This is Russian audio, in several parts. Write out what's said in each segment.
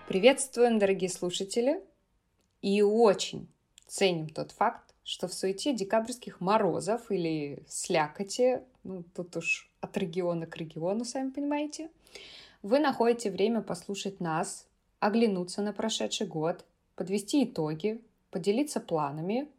Приветствуем, дорогие слушатели, и очень ценим тот факт, что в суете декабрьских морозов или слякоти, тут уж от региона к региону, сами понимаете, вы находите время послушать нас, оглянуться на прошедший год, подвести итоги, поделиться планами.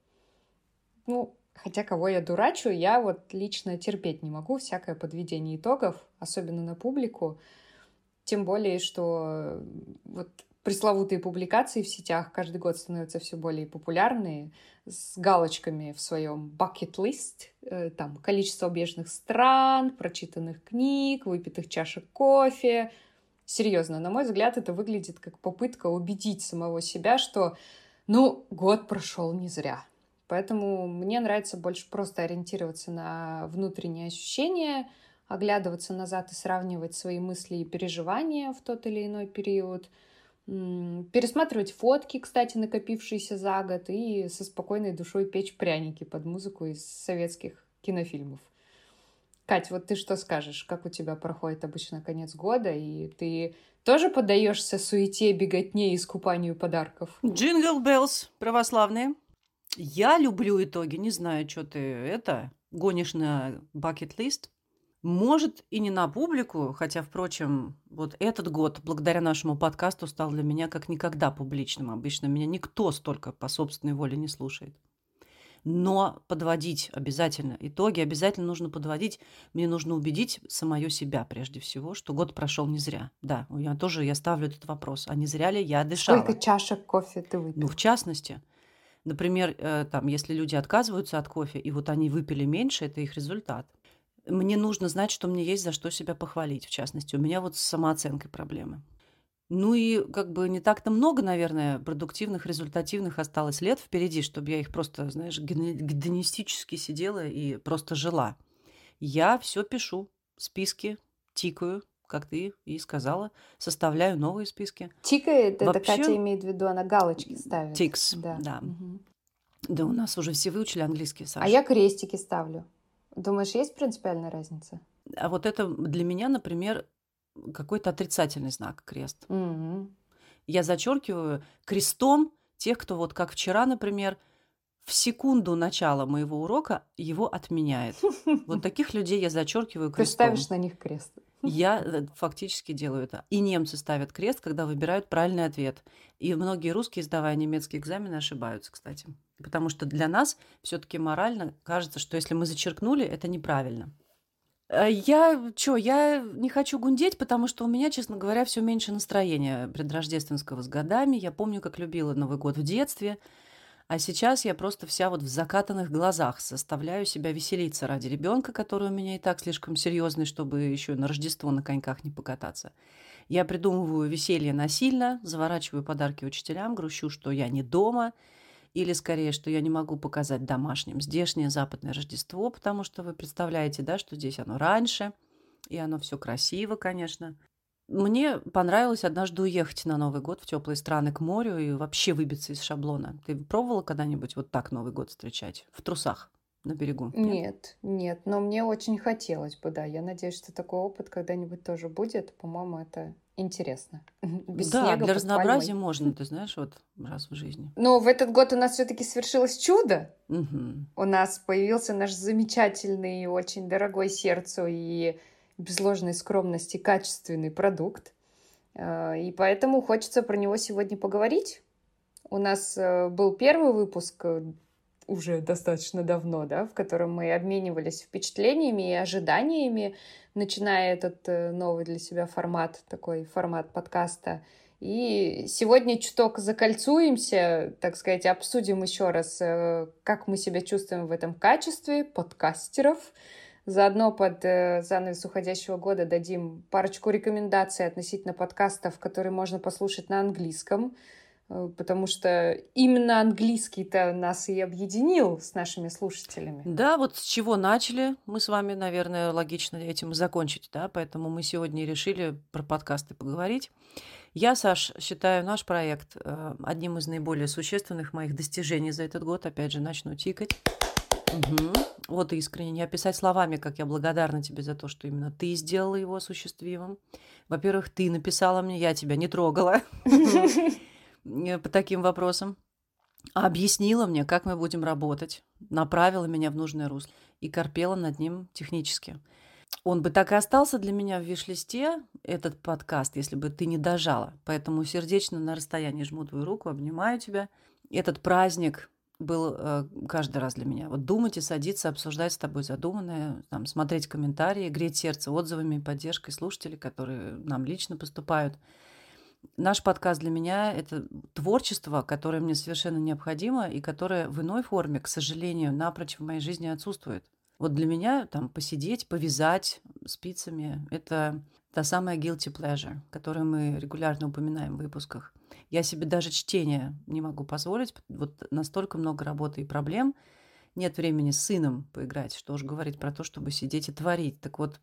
Хотя кого я дурачу, я вот лично терпеть не могу всякое подведение итогов, особенно на публику. Тем более, что вот пресловутые публикации в сетях каждый год становятся все более популярные, с галочками в своем bucket list, там количество объезженных стран, прочитанных книг, выпитых чашек кофе. Серьезно, на мой взгляд, это выглядит как попытка убедить самого себя, что, год прошел не зря. Поэтому мне нравится больше просто ориентироваться на внутренние ощущения, оглядываться назад и сравнивать свои мысли и переживания в тот или иной период, пересматривать фотки, кстати, накопившиеся за год, и со спокойной душой печь пряники под музыку из советских кинофильмов. Кать, вот ты что скажешь? Как у тебя проходит обычно конец года? И ты тоже поддаешься суете, беготне и скупанию подарков? Джингл Беллс, православные. Я люблю итоги. Не знаю, что ты гонишь на бакет-лист. Может, и не на публику, хотя, впрочем, вот этот год, благодаря нашему подкасту, стал для меня как никогда публичным. Обычно меня никто столько по собственной воле не слушает. Но подводить обязательно итоги, обязательно нужно подводить. Мне нужно убедить самое себя прежде всего, что год прошел не зря. Да, я ставлю этот вопрос. А не зря ли я дышала? Сколько чашек кофе ты выпил? В частности, например, если люди отказываются от кофе, и вот они выпили меньше, это их результат. Мне нужно знать, что мне есть за что себя похвалить, в частности. У меня вот с самооценкой проблемы. И не так-то много, наверное, продуктивных, результативных осталось лет впереди, чтобы я их просто, гедонистически сидела и просто жила. Я все пишу, списки, тикаю, как ты и сказала, составляю новые списки. Тикает, это Катя имеет в виду, она галочки ставит. Тикс, да. Угу. Да, у нас уже все выучили английский, Саша. А я крестики ставлю. Думаешь, есть принципиальная разница? А вот это для меня, например, какой-то отрицательный знак, крест. Угу. Я зачеркиваю крестом тех, кто вот как вчера, например, в секунду начала моего урока его отменяет. Вот таких людей я зачеркиваю крестом. Ты ставишь на них крест. Я фактически делаю это. И немцы ставят крест, когда выбирают правильный ответ. И многие русские, сдавая немецкие экзамены, ошибаются, кстати. Потому что для нас все-таки морально кажется, что если мы зачеркнули, это неправильно. Я не хочу гундеть, потому что у меня, честно говоря, все меньше настроения предрождественского с годами. Я помню, как любила Новый год в детстве, а сейчас я просто вся вот в закатанных глазах заставляю себя веселиться ради ребенка, который у меня и так слишком серьезный, чтобы еще на Рождество на коньках не покататься. Я придумываю веселье насильно, заворачиваю подарки учителям, грущу, что я не дома, или скорее, что я не могу показать домашним здешнее западное Рождество, потому что вы представляете, да, что здесь оно раньше, и оно все красиво, конечно. Мне понравилось однажды уехать на Новый год в теплые страны к морю и вообще выбиться из шаблона. Ты пробовала когда-нибудь вот так Новый год встречать? В трусах на берегу? Нет, но мне очень хотелось бы, да. Я надеюсь, что такой опыт когда-нибудь тоже будет. По-моему, это интересно. Без Да, снега для под разнообразия пальмой. можно, ты знаешь, вот раз в жизни. Но в этот год у нас все-таки свершилось чудо. Угу. У нас появился наш замечательный, очень дорогой сердцу и без ложной скромности качественный продукт. И поэтому хочется про него сегодня поговорить. У нас был первый выпуск уже достаточно давно, да, в котором мы обменивались впечатлениями и ожиданиями, начиная этот новый для себя формат, такой формат подкаста. И сегодня чуток закольцуемся, так сказать, обсудим еще раз, как мы себя чувствуем в этом качестве подкастеров. Заодно под занавес уходящего года дадим парочку рекомендаций относительно подкастов, которые можно послушать на английском, потому что именно английский-то нас и объединил с нашими слушателями. Да, вот с чего начали, мы с вами, наверное, логично этим и закончить, да, поэтому мы сегодня решили про подкасты поговорить. Я, Саш, считаю наш проект одним из наиболее существенных моих достижений за этот год. Опять же, начну тикать. Вот искренне не описать словами, как я благодарна тебе за то, что именно ты сделала его осуществимым. Во-первых, ты написала мне, я тебя не трогала по таким вопросам. Объяснила мне, как мы будем работать, направила меня в нужное русло и корпела над ним технически. Он бы так и остался для меня в виш-листе, этот подкаст, если бы ты не дожала. Поэтому сердечно на расстоянии жму твою руку, обнимаю тебя. Этот праздник был каждый раз для меня. Вот думать и садиться, обсуждать с тобой задуманное, там, смотреть комментарии, греть сердце отзывами, поддержкой слушателей, которые нам лично поступают. Наш подкаст для меня – это творчество, которое мне совершенно необходимо и которое в иной форме, к сожалению, напрочь в моей жизни отсутствует. Вот для меня там посидеть, повязать спицами – это та самая guilty pleasure, которую мы регулярно упоминаем в выпусках. Я себе даже чтение не могу позволить, вот настолько много работы и проблем. Нет времени с сыном поиграть, что уж говорить про то, чтобы сидеть и творить. Так вот,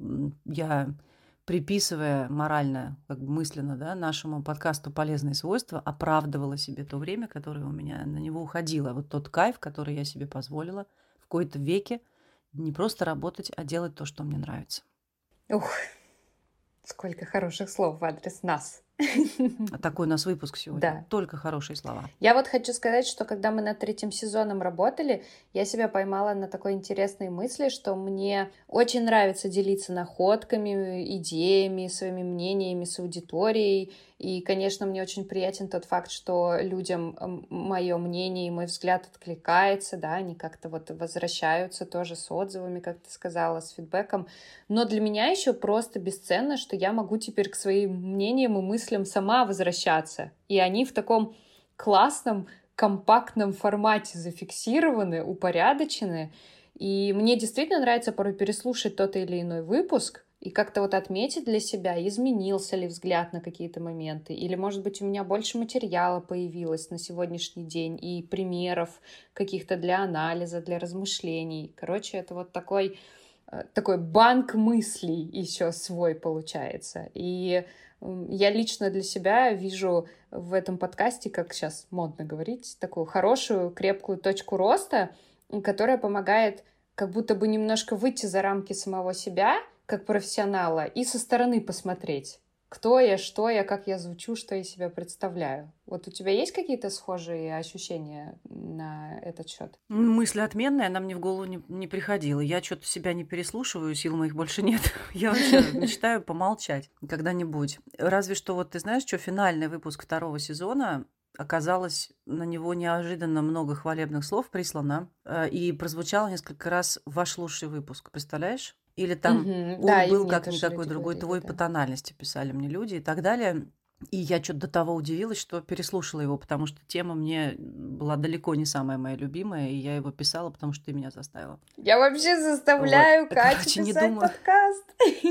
я, приписывая морально, как бы мысленно, да, нашему подкасту полезные свойства, оправдывала себе то время, которое у меня на него уходило. Вот тот кайф, который я себе позволила в кои-то веке не просто работать, а делать то, что мне нравится. Ух, сколько хороших слов в адрес нас. А такой у нас выпуск сегодня. Да. Только хорошие слова. Я вот хочу сказать, что когда мы над 3-м сезоном работали, я себя поймала на такой интересной мысли, что мне очень нравится делиться находками, идеями, своими мнениями с аудиторией. И, конечно, мне очень приятен тот факт, что людям мое мнение и мой взгляд откликается, да, они как-то вот возвращаются тоже с отзывами, как ты сказала, с фидбэком. Но для меня еще просто бесценно, что я могу теперь к своим мнениям и мыслям сама возвращаться. И они в таком классном, компактном формате зафиксированы, упорядочены. И мне действительно нравится порой переслушать тот или иной выпуск и как-то вот отметить для себя, изменился ли взгляд на какие-то моменты, или, может быть, у меня больше материала появилось на сегодняшний день и примеров каких-то для анализа, для размышлений. Короче, это вот такой банк мыслей еще свой получается. И я лично для себя вижу в этом подкасте, как сейчас модно говорить, такую хорошую, крепкую точку роста, которая помогает как будто бы немножко выйти за рамки самого себя, как профессионала, и со стороны посмотреть, кто я, что я, как я звучу, что я себя представляю. Вот у тебя есть какие-то схожие ощущения на этот счет? Мысль отменная, она мне в голову не приходила. Я что-то себя не переслушиваю, сил моих больше нет. Я вообще мечтаю помолчать когда-нибудь. Разве что вот ты знаешь, что финальный выпуск 2-го сезона оказалось, на него неожиданно много хвалебных слов прислано, и прозвучало несколько раз ваш лучший выпуск, представляешь? Или там он Да, и был мне как тоже никакой люди другой, говорили, твой да. по тональности, писали мне люди и так далее. И я что-то до того удивилась, что переслушала его, потому что тема мне была далеко не самая моя любимая, и я его писала, потому что ты меня заставила. Я вообще заставляю Вот. Катю Короче, не писать думаю. подкаст.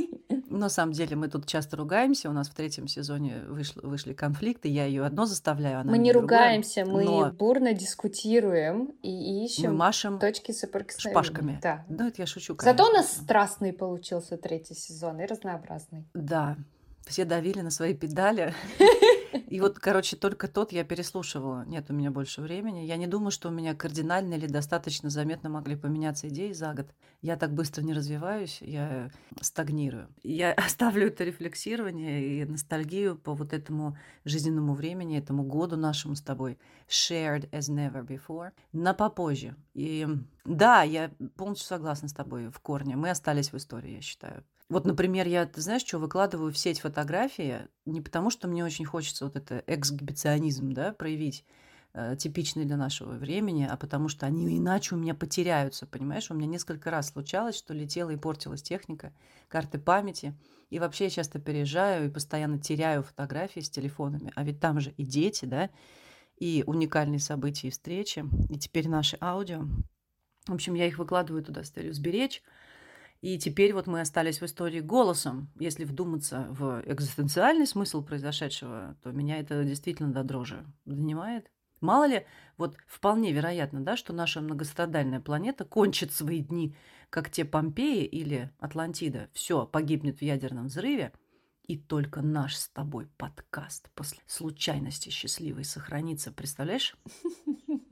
На самом деле мы тут часто ругаемся, у нас в 3-м сезоне вышли конфликты, я ее одно заставляю, она Мы не меня другое, ругаемся, мы но бурно дискутируем и мы ищем машем точки соприкосновения. шпажками. Да. Ну, это я шучу, Зато у нас конечно. страстный получился 3-й сезон и разнообразный. Да, все давили на свои педали. И вот, короче, только тот я переслушивала. Нет у меня больше времени. Я не думаю, что у меня кардинально или достаточно заметно могли поменяться идеи за год. Я так быстро не развиваюсь, я стагнирую. Я оставлю это рефлексирование и ностальгию по вот этому жизненному времени, этому году нашему с тобой, shared as never before, на попозже. И да, я полностью согласна с тобой в корне. Мы остались в истории, я считаю. Вот, например, ты знаешь, что выкладываю в сеть фотографии не потому, что мне очень хочется вот это эксгибиционизм, да, проявить, типичный для нашего времени, а потому что они иначе у меня потеряются, понимаешь? У меня несколько раз случалось, что летела и портилась техника, карты памяти. И вообще я часто переезжаю и постоянно теряю фотографии с телефонами. А ведь там же и дети, да, и уникальные события и встречи, и теперь наши аудио. В общем, я их выкладываю туда с целью сберечь. И теперь вот мы остались в истории голосом. Если вдуматься в экзистенциальный смысл произошедшего, то меня это действительно до дрожи донимает. Мало ли, вот вполне вероятно, да, что наша многострадальная планета кончит свои дни, как те Помпеи или Атлантида. Все погибнет в ядерном взрыве, и только наш с тобой подкаст после случайности счастливой сохранится. Представляешь?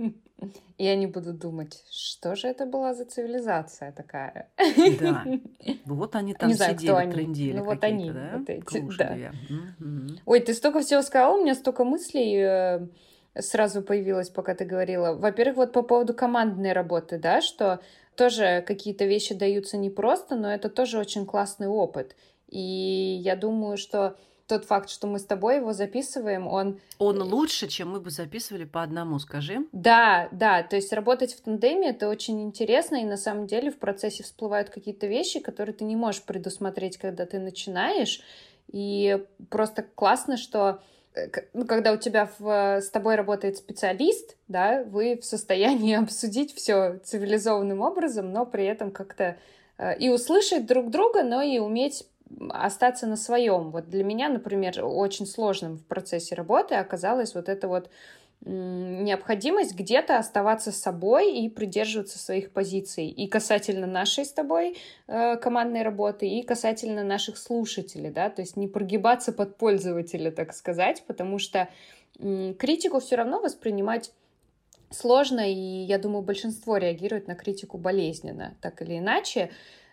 И они будут думать, что же это была за цивилизация такая. Да. Вот они там Не знаю, кто сидели, они. трындели Ну вот какие-то, они, да? вот эти, Клуши да. две. Мгм. Ой, ты столько всего сказала, у меня столько мыслей сразу появилось, пока ты говорила. Во-первых, вот по поводу командной работы, да, что тоже какие-то вещи даются непросто, но это тоже очень классный опыт. И я думаю, что тот факт, что мы с тобой его записываем, он... Он лучше, чем мы бы записывали по одному, скажи. Да, да, то есть работать в тандеме — это очень интересно, и на самом деле в процессе всплывают какие-то вещи, которые ты не можешь предусмотреть, когда ты начинаешь, и просто классно, что когда у тебя с тобой работает специалист, да, вы в состоянии обсудить все цивилизованным образом, но при этом как-то и услышать друг друга, но и уметь остаться на своем. Вот для меня, например, очень сложным в процессе работы оказалась вот эта вот необходимость где-то оставаться собой и придерживаться своих позиций. И касательно нашей с тобой командной работы, и касательно наших слушателей, да, то есть не прогибаться под пользователя, так сказать, потому что критику все равно воспринимать сложно, и я думаю, большинство реагирует на критику болезненно, так или иначе.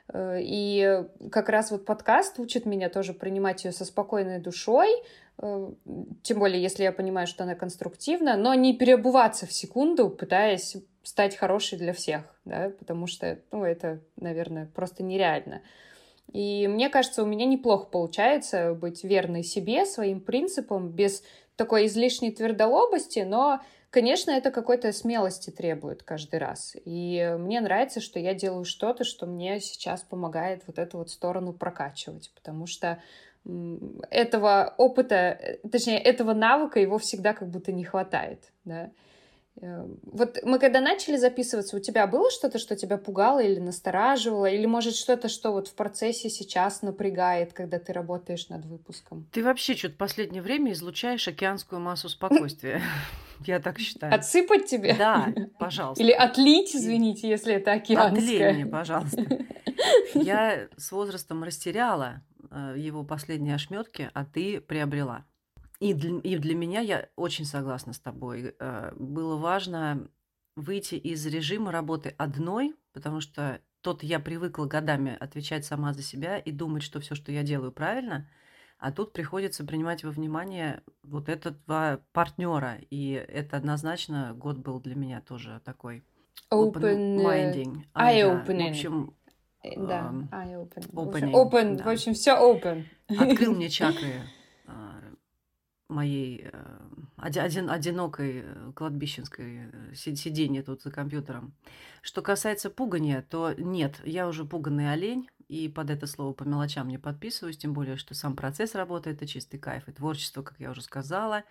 И как раз вот подкаст учит меня тоже принимать ее со спокойной душой, тем более, если я понимаю, что она конструктивна, но не переобуваться в секунду, пытаясь стать хорошей для всех, да, потому что, ну, это, наверное, просто нереально. И мне кажется, у меня неплохо получается быть верной себе, своим принципам, без такой излишней твердолобости, но, конечно, это какой-то смелости требует каждый раз. И мне нравится, что я делаю что-то, что мне сейчас помогает вот эту вот сторону прокачивать, потому что этого опыта, точнее, этого навыка его всегда как будто не хватает, да. Вот мы когда начали записываться, у тебя было что-то, что тебя пугало или настораживало, или, может, что-то, что вот в процессе сейчас напрягает, когда ты работаешь над выпуском? Ты вообще что-то в последнее время излучаешь океанскую массу спокойствия. Я так считаю. Отсыпать тебе? Да, Или пожалуйста. отлить, извините, если это Отлей мне, океанское. пожалуйста. Я с возрастом растеряла его последние ошметки, а ты приобрела. И для меня, я очень согласна с тобой, было важно выйти из режима работы одной, потому что я привыкла годами отвечать сама за себя и думать, что все, что я делаю, правильно, а тут приходится принимать во внимание вот этого партнера, и это однозначно год был для меня тоже такой open-minding. Да, в Eye-opening. общем, Да, eye-opening. В общем, opening, open, в да. общем, все open. Открыл мне чакры моей одинокой кладбищенской сиденья тут за компьютером. Что касается пугания, то нет, я уже пуганный олень, и под это слово по мелочам не подписываюсь, тем более, что сам процесс работы — это чистый кайф, и творчество, как я уже сказала.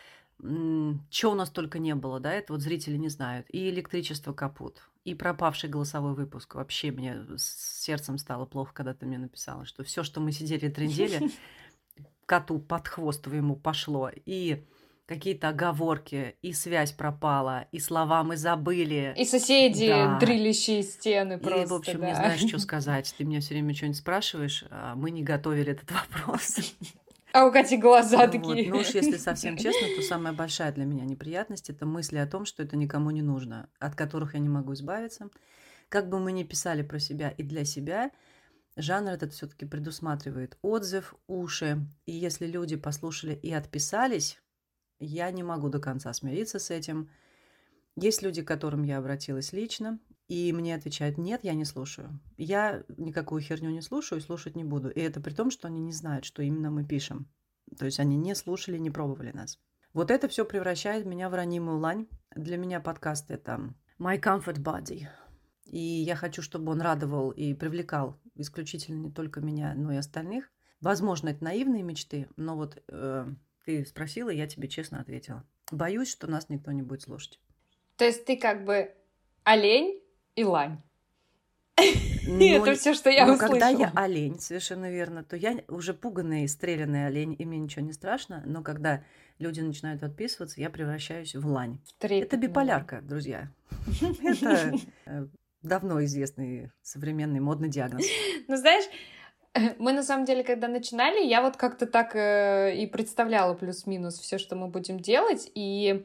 Чего у нас только не было, да, это вот зрители не знают. И электричество капут, и пропавший голосовой выпуск. Вообще мне с сердцем стало плохо, когда ты мне написала, что все, что мы сидели трындели, коту под хвост твоему пошло, и какие-то оговорки, и связь пропала, и слова мы забыли. И соседи, Да. дрилящие стены просто, И, в общем, да. не знаешь, что сказать. Ты меня все время что-нибудь спрашиваешь, а мы не готовили этот вопрос. А у Кати глаза Вот. такие. Ну уж если совсем честно, то самая большая для меня неприятность — это мысли о том, что это никому не нужно, от которых я не могу избавиться. Как бы мы ни писали про себя и для себя, жанр этот все-таки предусматривает отзыв, уши. И если люди послушали и отписались, я не могу до конца смириться с этим. Есть люди, к которым я обратилась лично, и мне отвечают: нет, я не слушаю. Я никакую херню не слушаю и слушать не буду. И это при том, что они не знают, что именно мы пишем. То есть они не слушали, не пробовали нас. Вот это все превращает меня в ранимую лань. Для меня подкаст — это my comfort body. И я хочу, чтобы он радовал и привлекал исключительно не только меня, но и остальных. Возможно, это наивные мечты, но вот ты спросила, я тебе честно ответила. Боюсь, что нас никто не будет слушать. То есть ты как бы олень и лань. Это все, что я услышала. Когда я олень, совершенно верно, то я уже пуганный, стрелянный олень, и мне ничего не страшно. Но когда люди начинают отписываться, я превращаюсь в лань. Это биполярка, друзья. Это давно известный современный модный диагноз. Ну, знаешь, мы на самом деле, когда начинали, я вот как-то так и представляла плюс-минус все, что мы будем делать, и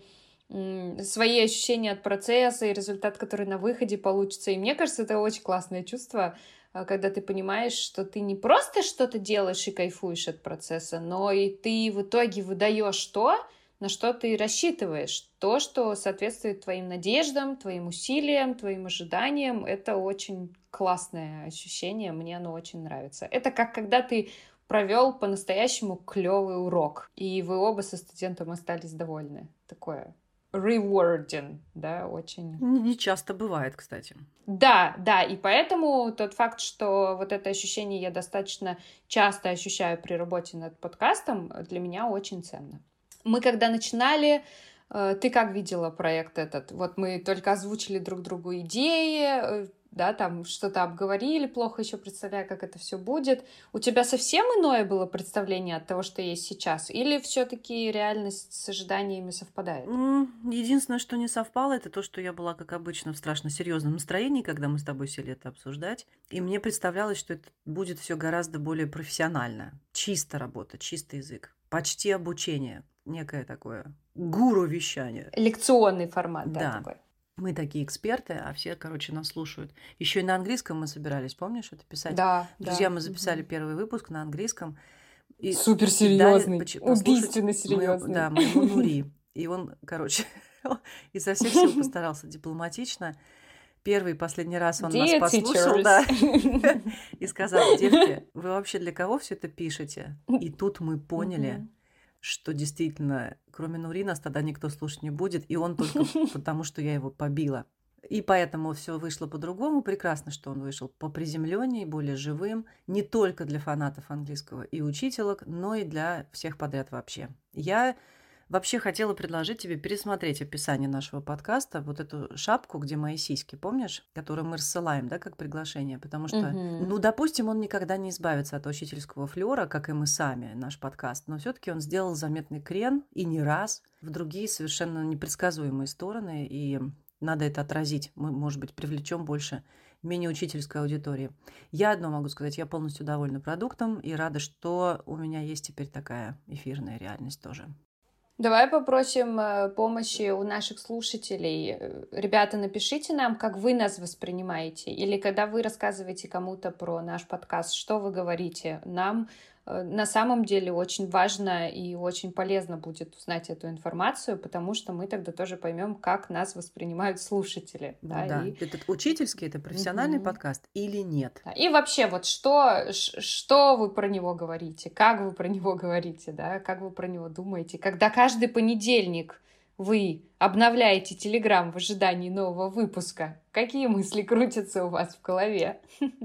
свои ощущения от процесса и результат, который на выходе получится. И мне кажется, это очень классное чувство, когда ты понимаешь, что ты не просто что-то делаешь и кайфуешь от процесса, но и ты в итоге выдаешь то, на что ты рассчитываешь, то, что соответствует твоим надеждам, твоим усилиям, твоим ожиданиям. Это очень классное ощущение, мне оно очень нравится. Это как когда ты провел по-настоящему клевый урок, и вы оба со студентом остались довольны. Такое rewarding, да, очень. Не часто бывает, кстати. Да, да, и поэтому тот факт, что вот это ощущение я достаточно часто ощущаю при работе над подкастом, для меня очень ценно. Мы когда начинали, ты как видела проект этот? Вот мы только озвучили друг другу идеи, да, там что-то обговорили, плохо еще представляя, как это все будет. У тебя совсем иное было представление от того, что есть сейчас? Или все-таки реальность с ожиданиями совпадает? Единственное, что не совпало, это то, что я была, как обычно, в страшно серьезном настроении, когда мы с тобой сели это обсуждать. И мне представлялось, что это будет все гораздо более профессионально. Чисто работа, чистый язык. Почти обучение. Некое такое гуру вещание. Лекционный формат, да, Да. такой. Мы такие эксперты, а все, короче, нас слушают. Еще и на английском мы собирались, помнишь, это писать? Да, Друзья, да. мы записали первый выпуск на английском. И Супер дали серьезный, послушать убийственно серьезный. моему Нури. И он, короче, изо всех сил постарался дипломатично. Первый и последний раз он нас Dear послушал, teachers. да, и сказал: девки, вы вообще для кого все это пишете? И тут мы поняли, что действительно, кроме Нури, нас тогда никто слушать не будет, и он только потому, что я его побила. И поэтому все вышло по-другому. Прекрасно, что он вышел поприземленнее, более живым, не только для фанатов английского и учителок, но и для всех подряд вообще. Я вообще хотела предложить тебе пересмотреть описание нашего подкаста, вот эту шапку, где мои сиськи, помнишь, которую мы рассылаем, да, как приглашение, потому что, допустим, он никогда не избавится от учительского флера, как и мы сами, наш подкаст, но все-таки он сделал заметный крен, и не раз, в другие совершенно непредсказуемые стороны, и надо это отразить. Мы, может быть, привлечем больше менее учительской аудитории. Я одно могу сказать, я полностью довольна продуктом и рада, что у меня есть теперь такая эфирная реальность тоже. Давай попросим помощи у наших слушателей. Ребята, напишите нам, как вы нас воспринимаете. Или когда вы рассказываете кому-то про наш подкаст, что вы говорите. Нам на самом деле очень важно и очень полезно будет узнать эту информацию, потому что мы тогда тоже поймем, как нас воспринимают слушатели. Да, этот учительский, это профессиональный подкаст или нет? Да. И вообще, вот что вы про него говорите, как вы про него говорите, да, как вы про него думаете, когда каждый понедельник вы обновляете Телеграм в ожидании нового выпуска, какие мысли крутятся у вас в голове?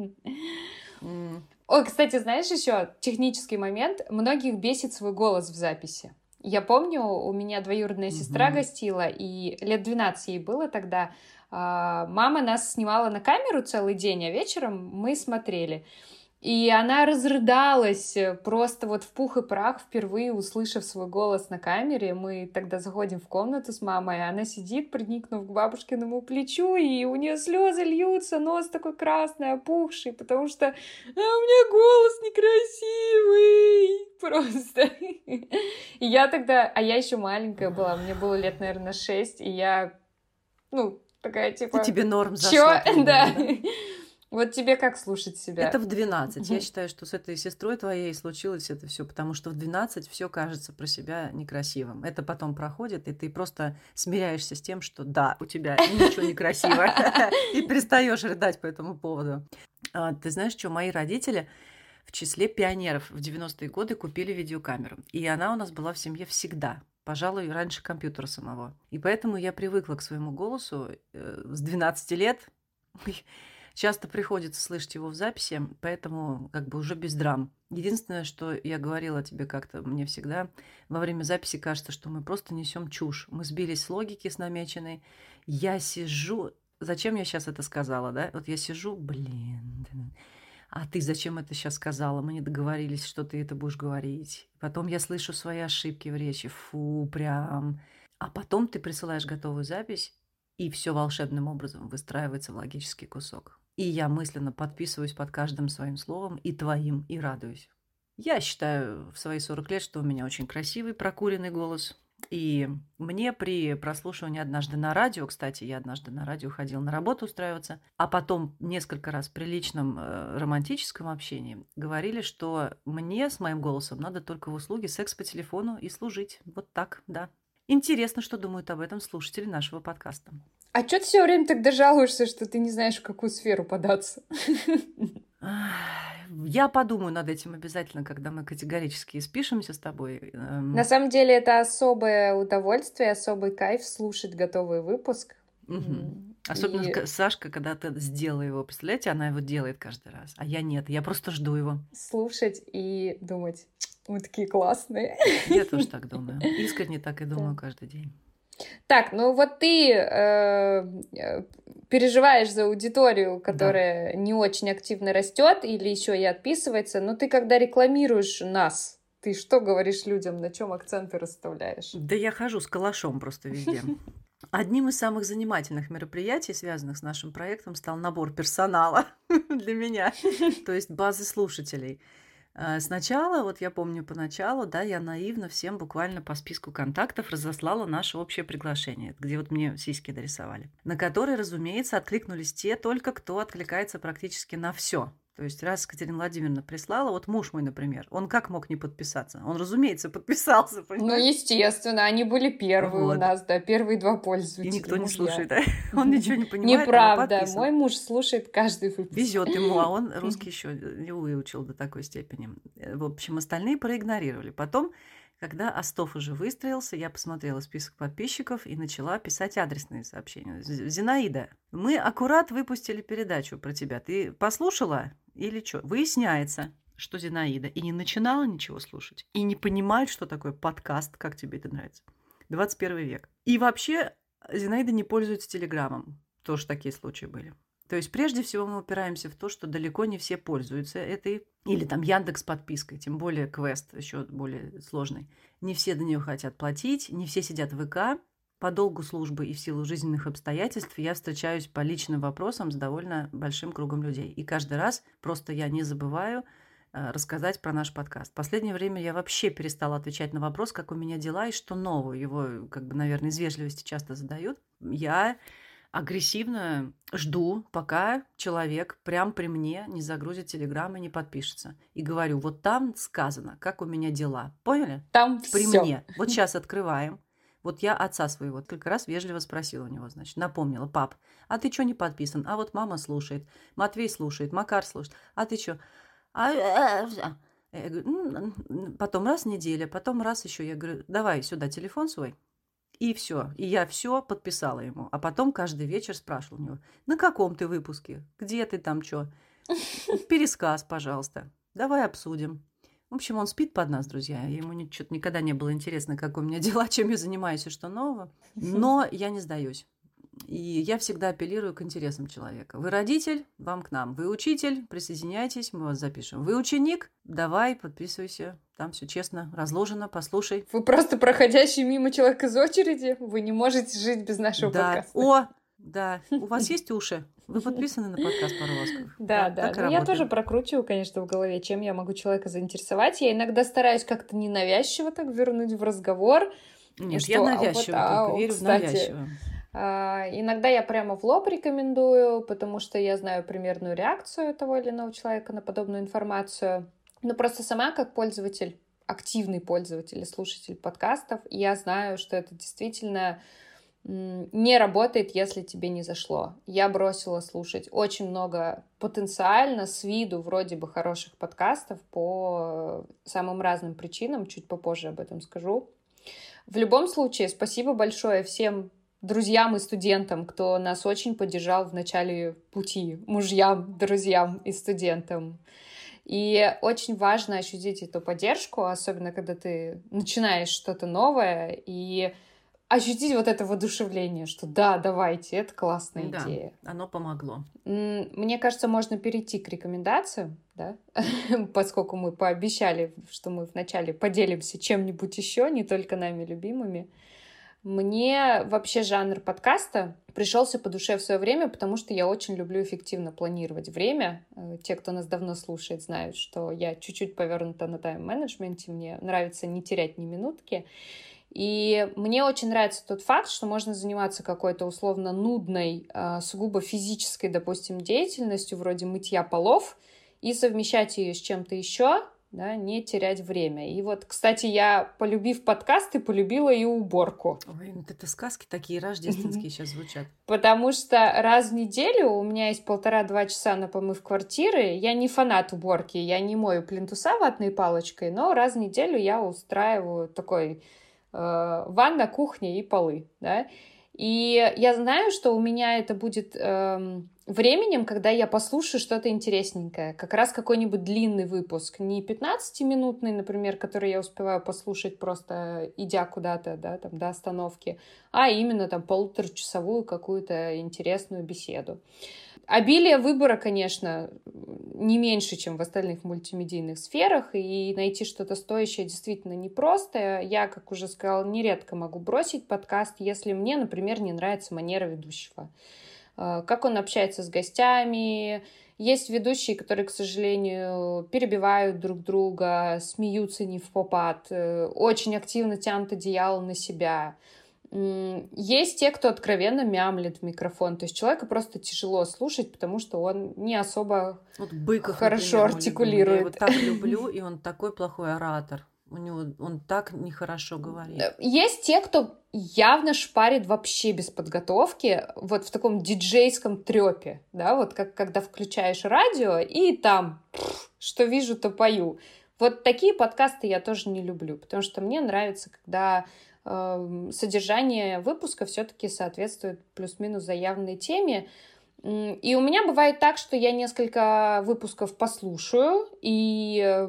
Ой, кстати, знаешь, еще технический момент. Многих бесит свой голос в записи. Я помню, у меня двоюродная сестра гостила, и лет 12 ей было тогда. Мама нас снимала на камеру целый день, а вечером мы смотрели. И она разрыдалась просто вот в пух и прах, впервые услышав свой голос на камере. Мы тогда заходим в комнату с мамой, а она сидит, приникнув к бабушкиному плечу, и у нее слезы льются, нос такой красный, опухший, потому что у меня голос некрасивый просто. И я тогда, а я еще маленькая была, мне было лет, наверное, 6, и я, такая типа... Тебе норм зашло. Чё? Да. Вот тебе как слушать себя? Это в 12. Я считаю, что с этой сестрой твоей случилось это все, потому что в 12 все кажется про себя некрасивым. Это потом проходит, и ты просто смиряешься с тем, что да, у тебя ничего некрасиво, и перестаешь рыдать по этому поводу. Ты знаешь, что мои родители в числе пионеров в 90-е годы купили видеокамеру, и она у нас была в семье всегда. Пожалуй, раньше компьютера самого. И поэтому я привыкла к своему голосу с 12 лет. Часто приходится слышать его в записи, поэтому как бы уже без драм. Единственное, что я говорила тебе как-то, мне всегда во время записи кажется, что мы просто несем чушь. Мы сбились с логики, с намеченной. Я сижу... Зачем я сейчас это сказала, да? Вот я сижу, а ты зачем это сейчас сказала? Мы не договорились, что ты это будешь говорить. Потом я слышу свои ошибки в речи. Фу, прям. А потом ты присылаешь готовую запись, и все волшебным образом выстраивается в логический кусок. И я мысленно подписываюсь под каждым своим словом, и твоим, и радуюсь. Я считаю в свои 40 лет, что у меня очень красивый, прокуренный голос. И мне при прослушивании однажды на радио, кстати, я однажды на радио ходила на работу устраиваться, а потом несколько раз при личном романтическом общении говорили, что мне с моим голосом надо только в услуге секс по телефону и служить. Вот так, да. Интересно, что думают об этом слушатели нашего подкаста. А чё ты все время тогда жалуешься, что ты не знаешь, в какую сферу податься? Я подумаю над этим обязательно, когда мы категорически спишемся с тобой. На самом деле это особое удовольствие, особый кайф слушать готовый выпуск. Особенно Сашка, когда ты сделала его. Представляете, она его делает каждый раз, а я нет. Я просто жду его. Слушать и думать, мы такие классные. Я тоже так думаю. Искренне так и думаю каждый день. Так, ну вот ты переживаешь за аудиторию, которая не очень активно растет или еще и отписывается, но ты когда рекламируешь нас, ты что говоришь людям, на чем акценты расставляешь? Да я хожу с калашом просто везде. Одним из самых занимательных мероприятий, связанных с нашим проектом, стал набор персонала для меня, то есть базы слушателей. Сначала, вот я помню поначалу, да, я наивно всем буквально по списку контактов разослала наше общее приглашение, где вот мне сиськи дорисовали, на которые, разумеется, откликнулись те только, кто откликается практически на все. То есть раз Катерина Владимировна прислала, вот муж мой, например, он как мог не подписаться? Он, разумеется, подписался, понимаешь? Ну, естественно, они были первые у нас, да, первые 2 пользователя. И никто не мужья. слушает, да? Он ничего не понимает, Неправда, мой муж слушает каждый выпуск. Везет ему, а он русский еще не выучил до такой степени. В общем, остальные проигнорировали. Потом, когда Астов уже выстроился, я посмотрела список подписчиков и начала писать адресные сообщения. Зинаида, мы аккурат выпустили передачу про тебя. Ты послушала или что? Выясняется, что Зинаида и не начинала ничего слушать, и не понимает, что такое подкаст, как тебе это нравится. 21 век. И вообще Зинаида не пользуется Телеграмом. Тоже такие случаи были. То есть прежде всего мы упираемся в то, что далеко не все пользуются этой, или там Яндекс подпиской, тем более Квест еще более сложный. Не все до нее хотят платить, не все сидят в ВК. По долгу службы и в силу жизненных обстоятельств я встречаюсь по личным вопросам с довольно большим кругом людей. И каждый раз просто я не забываю рассказать про наш подкаст. В последнее время я вообще перестала отвечать на вопрос, как у меня дела и что нового. Его, наверное, из вежливости часто задают. Я агрессивно жду, пока человек прям при мне не загрузит Телеграм и не подпишется. И говорю, вот там сказано, как у меня дела. Поняли? Там при всё. мне. Вот сейчас открываем. Вот я отца своего несколько раз вежливо спросила у него, значит, напомнила, пап, а ты что не подписан? А вот мама слушает, Матвей слушает, Макар слушает, а ты что? Потом раз в неделю, потом раз еще. Я говорю, давай сюда телефон свой. И все. И я все подписала ему. А потом каждый вечер спрашивала у него, на каком ты выпуске? Где ты там что? Пересказ, пожалуйста. Давай обсудим. В общем, он спит под нас, друзья. Ему что-то никогда не было интересно, как у меня дела, чем я занимаюсь и что нового. Но я не сдаюсь. И я всегда апеллирую к интересам человека. Вы родитель, вам к нам. Вы учитель, присоединяйтесь, мы вас запишем. Вы ученик, давай, подписывайся. Там все честно разложено, послушай. Вы просто проходящий мимо человек из очереди. Вы не можете жить без нашего подкаста. Да. У вас есть уши? Вы подписаны на подкаст «Паровозков»? Да. Ну, я тоже прокручиваю, конечно, в голове, чем я могу человека заинтересовать. Я иногда стараюсь как-то ненавязчиво так вернуть в разговор. Нет, я навязчиво только верю в навязчиво. Иногда я прямо в лоб рекомендую, потому что я знаю примерную реакцию того или иного человека на подобную информацию. Но просто сама как пользователь, активный пользователь и слушатель подкастов, я знаю, что это действительно не работает, если тебе не зашло. Я бросила слушать очень много потенциально с виду вроде бы хороших подкастов по самым разным причинам, чуть попозже об этом скажу. В любом случае, спасибо большое всем друзьям и студентам, кто нас очень поддержал в начале пути, мужьям, друзьям и студентам. И очень важно ощутить эту поддержку, особенно когда ты начинаешь что-то новое, и ощутить вот это воодушевление, что да, давайте, это классная идея. Да, оно помогло. Мне кажется, можно перейти к рекомендациям, да, поскольку мы пообещали, что мы вначале поделимся чем-нибудь еще, не только нами любимыми. Мне вообще жанр подкаста пришелся по душе в свое время, потому что я очень люблю эффективно планировать время. Те, кто нас давно слушает, знают, что я чуть-чуть повернута на тайм-менеджменте, мне нравится не терять ни минутки. И мне очень нравится тот факт, что можно заниматься какой-то условно нудной, сугубо физической, допустим, деятельностью, вроде мытья полов, и совмещать ее с чем-то еще, да, не терять время. И вот, кстати, я, полюбив подкасты, полюбила и уборку. Ой, вот это сказки такие рождественские сейчас звучат. Потому что раз в неделю у меня есть 1,5-2 часа на помыв квартиры. Я не фанат уборки, я не мою плинтуса ватной палочкой, но раз в неделю я устраиваю такой ванна, кухня и полы, да. И я знаю, что у меня это будет временем, когда я послушаю что-то интересненькое. Как раз какой-нибудь длинный выпуск. Не 15-минутный, например, который я успеваю послушать просто идя куда-то, да, там, до остановки, а именно там 1,5-часовую какую-то интересную беседу. Обилие выбора, конечно, не меньше, чем в остальных мультимедийных сферах, и найти что-то стоящее действительно непросто. Я, как уже сказала, нередко могу бросить подкаст, если мне, например, не нравится манера ведущего. Как он общается с гостями. Есть ведущие, которые, к сожалению, перебивают друг друга, смеются не в попад, очень активно тянут одеяло на себя. Есть те, кто откровенно мямлит в микрофон. То есть человека просто тяжело слушать, потому что он не особо Вот Быков, хорошо например, артикулирует. Я его так люблю, и он такой плохой оратор. Он так нехорошо говорит. Есть те, кто явно шпарит вообще без подготовки, вот в таком диджейском трёпе, да, вот как когда включаешь радио, и там, что вижу, то пою. Вот такие подкасты я тоже не люблю, потому что мне нравится, когда содержание выпуска все-таки соответствует плюс-минус заявленной теме. И у меня бывает так, что я несколько выпусков послушаю, и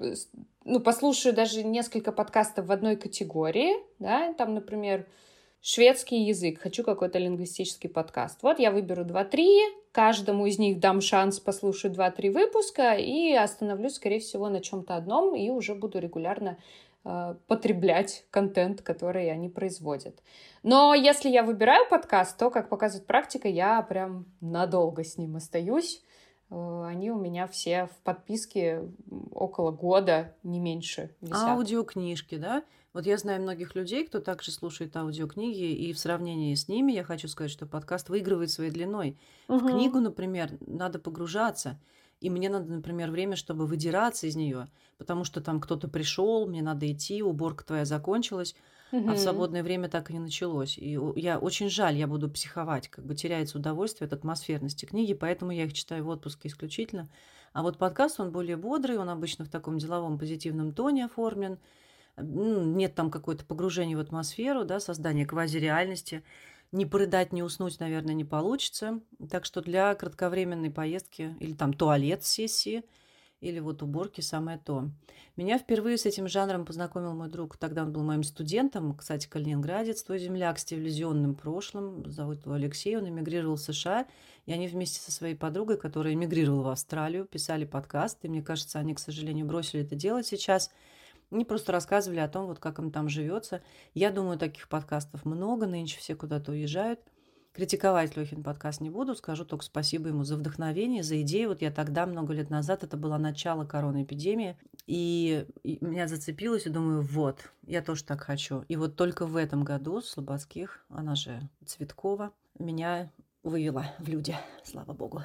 послушаю даже несколько подкастов в одной категории, да, там, например, шведский язык, хочу какой-то лингвистический подкаст. Вот я выберу 2-3, каждому из них дам шанс послушать 2-3 выпуска и остановлюсь, скорее всего, на чем-то одном и уже буду регулярно потреблять контент, который они производят. Но если я выбираю подкаст, то, как показывает практика, я прям надолго с ним остаюсь. Они у меня все в подписке около года, не меньше висят. Аудиокнижки, да? Вот я знаю многих людей, кто также слушает аудиокниги, и в сравнении с ними я хочу сказать, что подкаст выигрывает своей длиной. В книгу, например, надо погружаться, и мне надо, например, время, чтобы выдираться из нее, потому что там кто-то пришел, мне надо идти, уборка твоя закончилась, а в свободное время так и не началось. И я очень жаль, я буду психовать, как бы теряется удовольствие от атмосферности книги, поэтому я их читаю в отпуске исключительно. А вот подкаст, он более бодрый, он обычно в таком деловом позитивном тоне оформлен. Нет там какое-то погружение в атмосферу, да, создание квазиреальности. Не порыдать, не уснуть, наверное, не получится. Так что для кратковременной поездки или там туалет-сессии, или вот уборки самое то. Меня впервые с этим жанром познакомил мой друг. Тогда он был моим студентом, кстати, калининградец, твой земляк с телевизионным прошлым. Зовут его Алексей, он эмигрировал в США. И они вместе со своей подругой, которая эмигрировала в Австралию, писали подкаст. И мне кажется, они, к сожалению, бросили это делать сейчас. Они просто рассказывали о том, вот как им там живется. Я думаю, таких подкастов много. Нынче все куда-то уезжают. Критиковать Лёхин подкаст не буду, скажу только спасибо ему за вдохновение, за идею. Вот я тогда, много лет назад, это было начало коронавирус-эпидемии, и меня зацепилось, и думаю, вот, я тоже так хочу. И вот только в этом году Слободских, она же Цветкова, меня вывела в люди, слава богу.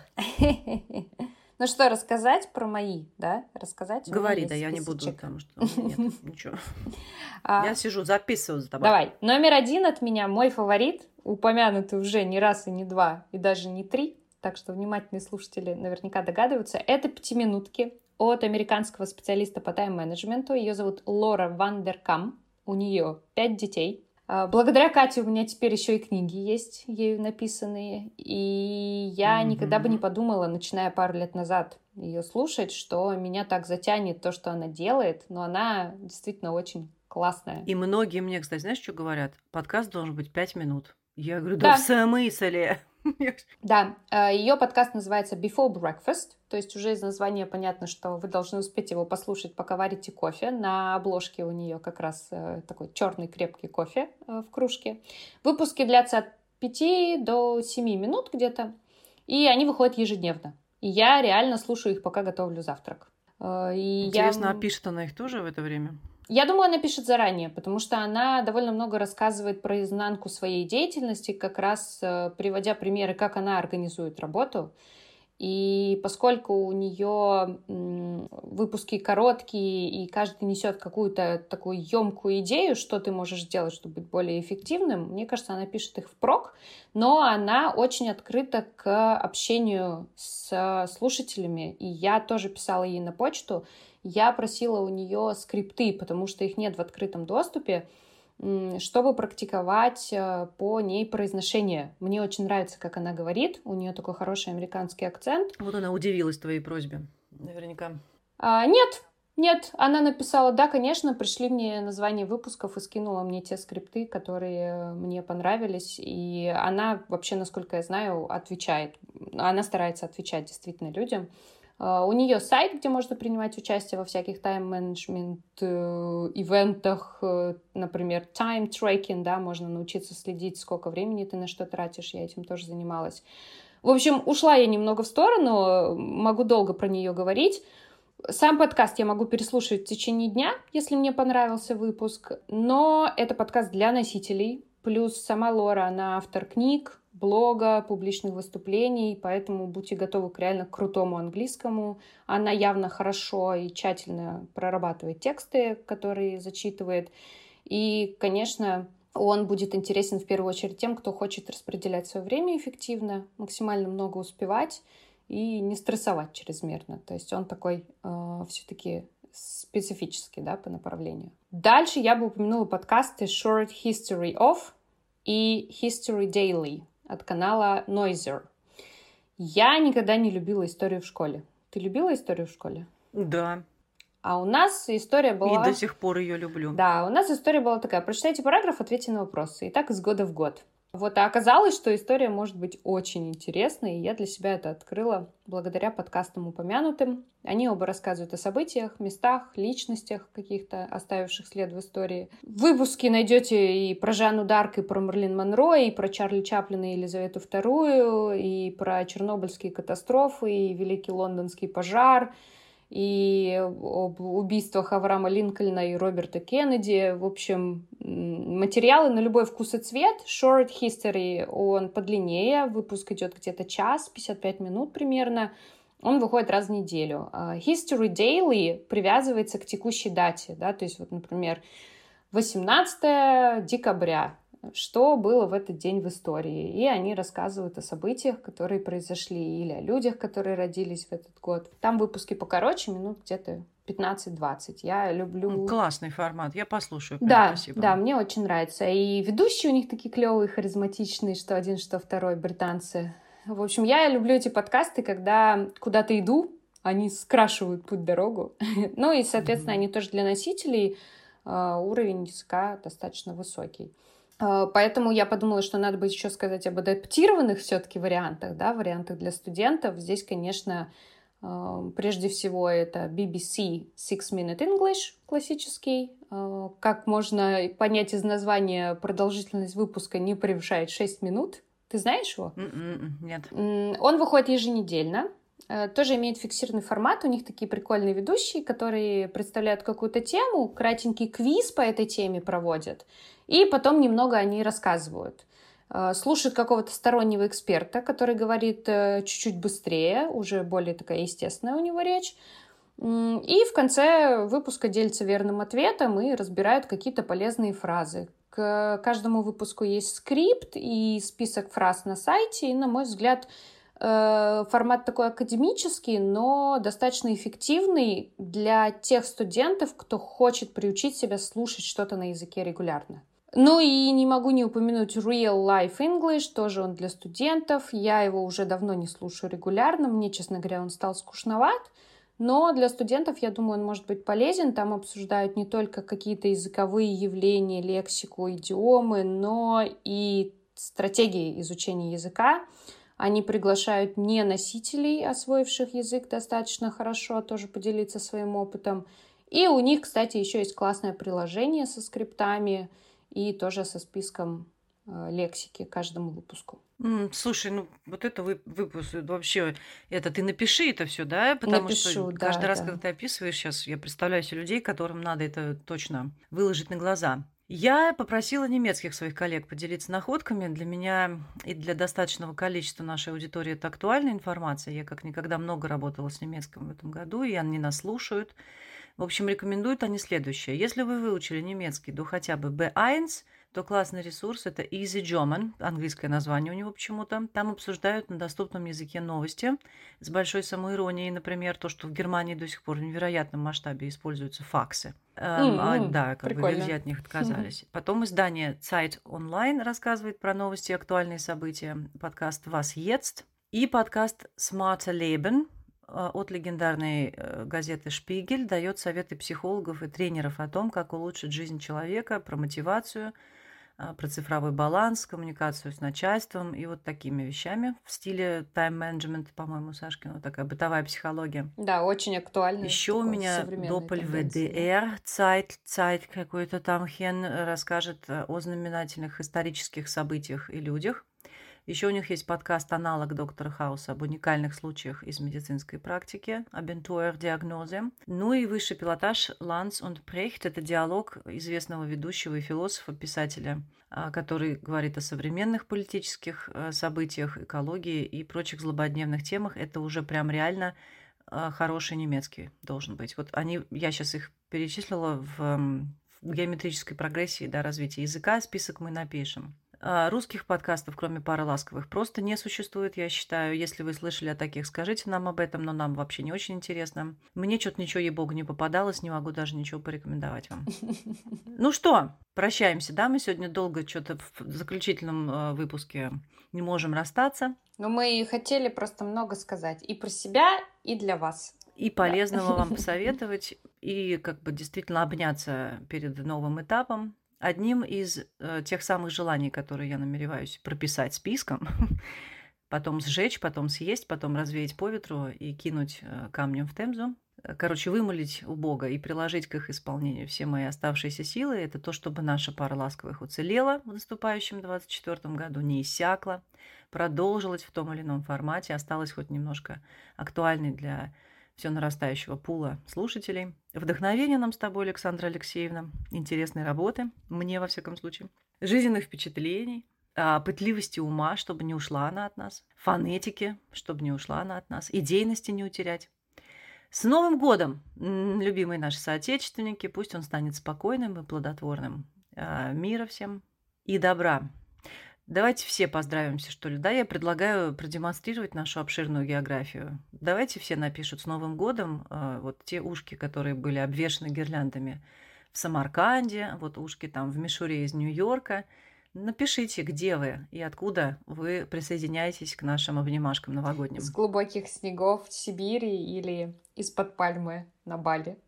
Ну что, рассказать про мои, да? Рассказать? Говори, да, я не буду, потому что нет, ничего. Я сижу, записываю за тобой. Давай. Номер 1 от меня, мой фаворит, упомянутый уже не раз и не два, и даже не 3, так что внимательные слушатели наверняка догадываются. Это 5-минутки от американского специалиста по тайм-менеджменту. Ее зовут Лора Вандеркам. У нее 5 детей. Благодаря Кате у меня теперь еще и книги есть, ею написанные. И я никогда бы не подумала, начиная пару лет назад, ее слушать, что меня так затянет то, что она делает. Но она действительно очень классная. И многие мне, кстати, знаешь, что говорят? Подкаст должен быть 5 минут. Я говорю, да в смысле? Да, ее подкаст называется Before Breakfast, то есть уже из названия понятно, что вы должны успеть его послушать, пока варите кофе. На обложке у нее как раз такой черный крепкий кофе в кружке. Выпуски длятся от 5 до 7 минут где-то, и они выходят ежедневно. И я реально слушаю их, пока готовлю завтрак. Интересно, а пишет она их тоже в это время? Я думаю, она пишет заранее, потому что она довольно много рассказывает про изнанку своей деятельности, как раз приводя примеры, как она организует работу. И поскольку у нее выпуски короткие, и каждый несет какую-то такую емкую идею, что ты можешь сделать, чтобы быть более эффективным, мне кажется, она пишет их впрок, но она очень открыта к общению с слушателями. И я тоже писала ей на почту, я просила у нее скрипты, потому что их нет в открытом доступе, чтобы практиковать по ней произношение. Мне очень нравится, как она говорит. У нее такой хороший американский акцент. Вот она удивилась твоей просьбе, наверняка. Нет, она написала, да, конечно, пришли мне названия выпусков и скинула мне те скрипты, которые мне понравились. И она вообще, насколько я знаю, отвечает. Она старается отвечать действительно людям. У нее сайт, где можно принимать участие во всяких тайм-менеджмент ивентах, например, тайм-трекинг, да, можно научиться следить, сколько времени ты на что тратишь, я этим тоже занималась. В общем, ушла я немного в сторону, могу долго про нее говорить. Сам подкаст я могу переслушать в течение дня, если мне понравился выпуск, но это подкаст для носителей, плюс сама Лора, она автор книг, блога, публичных выступлений, поэтому будьте готовы к реально крутому английскому. Она явно хорошо и тщательно прорабатывает тексты, которые зачитывает. И, конечно, он будет интересен в первую очередь тем, кто хочет распределять свое время эффективно, максимально много успевать и не стрессовать чрезмерно. То есть он такой все-таки специфический, да, по направлению. Дальше я бы упомянула подкасты Short History of и History Daily от канала Noiser. Я никогда не любила историю в школе. Ты любила историю в школе? Да. А у нас история была... И до сих пор ее люблю. Да, у нас история была такая. Прочитайте параграф, ответьте на вопросы. И так из года в год. Вот, а оказалось, что история может быть очень интересной, и я для себя это открыла благодаря подкастам упомянутым. Они оба рассказывают о событиях, местах, личностях каких-то, оставивших след в истории. В выпуске найдете и про Жанну Дарк, и про Мерлин Монро, и про Чарли Чаплина и Елизавету II, и про чернобыльские катастрофы, и Великий Лондонский пожар, и об убийствах Авраама Линкольна и Роберта Кеннеди. В общем, материалы на любой вкус и цвет. Short History, он подлиннее, выпуск идет где-то час, 55 минут примерно. Он выходит раз в неделю. History Daily привязывается к текущей дате, да, то есть вот, например, 18 декабря. Что было в этот день в истории. И они рассказывают о событиях, которые произошли, или о людях, которые родились в этот год. Там выпуски покороче, минут где-то 15-20. Я люблю... Классный формат, я послушаю. Да, Спасибо. Да, мне очень нравится. И ведущие у них такие клевые, харизматичные, что один, что второй, британцы. В общем, я люблю эти подкасты, когда куда-то иду, они скрашивают путь-дорогу. Ну и, соответственно, они тоже для носителей. Уровень языка достаточно высокий. Поэтому я подумала, что надо бы еще сказать об адаптированных все-таки вариантах, да, вариантах для студентов. Здесь, конечно, прежде всего это BBC Six Minute English классический. Как можно понять из названия, продолжительность выпуска не превышает 6 минут. Ты знаешь его? Нет. Он выходит еженедельно. Тоже имеет фиксированный формат. У них такие прикольные ведущие, которые представляют какую-то тему, кратенький квиз по этой теме проводят, и потом немного они рассказывают. Слушают какого-то стороннего эксперта, который говорит чуть-чуть быстрее, уже более такая естественная у него речь. И в конце выпуска делятся верным ответом и разбирают какие-то полезные фразы. К каждому выпуску есть скрипт и список фраз на сайте, и, на мой взгляд, формат такой академический, но достаточно эффективный для тех студентов, кто хочет приучить себя слушать что-то на языке регулярно. Ну и не могу не упомянуть Real Life English, тоже он для студентов. Я его уже давно не слушаю регулярно, мне, честно говоря, он стал скучноват. Но для студентов, я думаю, он может быть полезен. Там обсуждают не только какие-то языковые явления, лексику, идиомы, но и стратегии изучения языка. Они приглашают не носителей, освоивших язык достаточно хорошо, тоже поделиться своим опытом. И у них, кстати, еще есть классное приложение со скриптами и тоже со списком лексики каждому выпуску. Слушай, ну вот это выпуск вообще, это ты напиши это все, да? Потому что Напишу, каждый да, раз, да. когда ты описываешь сейчас, я представляю себе людей, которым надо это точно выложить на глаза. Я попросила немецких своих коллег поделиться находками. Для меня и для достаточного количества нашей аудитории это актуальная информация. Я как никогда много работала с немецким в этом году, и они нас слушают. В общем, рекомендуют они следующее. Если вы выучили немецкий до хотя бы B1, то классный ресурс – это Easy German, английское название у него почему-то. Там обсуждают на доступном языке новости с большой самоиронией, например, то, что в Германии до сих пор в невероятном масштабе используются факсы. Да, как бы люди Прикольно. от них отказались. Потом издание Zeit Online рассказывает про новости и актуальные события. Подкаст Was Jetzt и подкаст Smarter Leben от легендарной газеты «Шпигель» дает советы психологов и тренеров о том, как улучшить жизнь человека, про мотивацию, про цифровой баланс, коммуникацию с начальством и вот такими вещами в стиле тайм-менеджмента, по-моему, Сашкина, такая бытовая психология. Да, очень актуально. Еще у меня Doppel WDR, Zeit какой-то там Хен расскажет о знаменательных исторических событиях и людях. Еще у них есть подкаст «Аналог доктора Хауса» об уникальных случаях из медицинской практики, Abentur-диагнозе. Ну и высший пилотаж Lanz und Precht – это диалог известного ведущего и философа, писателя, который говорит о современных политических событиях, экологии и прочих злободневных темах. Это уже прям реально хороший немецкий должен быть. Вот я сейчас их перечислила в геометрической прогрессии, да, развития языка, список мы напишем. Русских подкастов, кроме пары ласковых, просто не существует, я считаю. Если вы слышали о таких, скажите нам об этом, но нам вообще не очень интересно. Мне что-то ничего, ей-богу, не попадалось, не могу даже ничего порекомендовать вам. Ну что, прощаемся, да? Мы сегодня долго что-то в заключительном выпуске не можем расстаться. Но мы хотели просто много сказать и про себя, и для вас. И полезного вам посоветовать, и как бы действительно обняться перед новым этапом. Одним из тех самых желаний, которые я намереваюсь прописать списком, потом сжечь, потом съесть, потом развеять по ветру и кинуть камнем в Темзу. Короче, вымолить у Бога и приложить к их исполнению все мои оставшиеся силы. Это то, чтобы наша пара ласковых уцелела в наступающем 2024 году, не иссякла, продолжилась в том или ином формате, осталась хоть немножко актуальной для все нарастающего пула слушателей. Вдохновения нам с тобой, Александра Алексеевна, интересной работы, мне во всяком случае, жизненных впечатлений, пытливости ума, чтобы не ушла она от нас, фонетики, чтобы не ушла она от нас, идейности не утерять. С Новым годом, любимые наши соотечественники, пусть он станет спокойным и плодотворным. Мира всем и добра. Давайте все поздравимся, что ли. Да, я предлагаю продемонстрировать нашу обширную географию. Давайте все напишут с Новым годом вот те ушки, которые были обвешаны гирляндами в Самарканде, вот ушки там в мишуре из Нью-Йорка. Напишите, где вы и откуда вы присоединяетесь к нашим обнимашкам новогодним. С глубоких снегов в Сибири или из-под пальмы на Бали.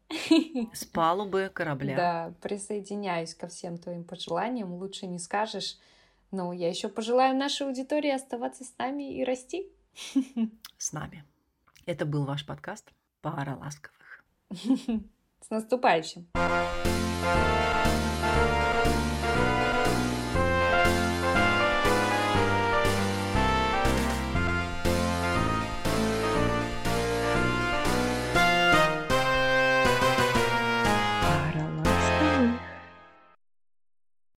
С палубы корабля. Да, присоединяюсь ко всем твоим пожеланиям. Лучше не скажешь. Ну, я еще пожелаю нашей аудитории оставаться с нами и расти. С нами. Это был ваш подкаст «Пара ласковых». С наступающим!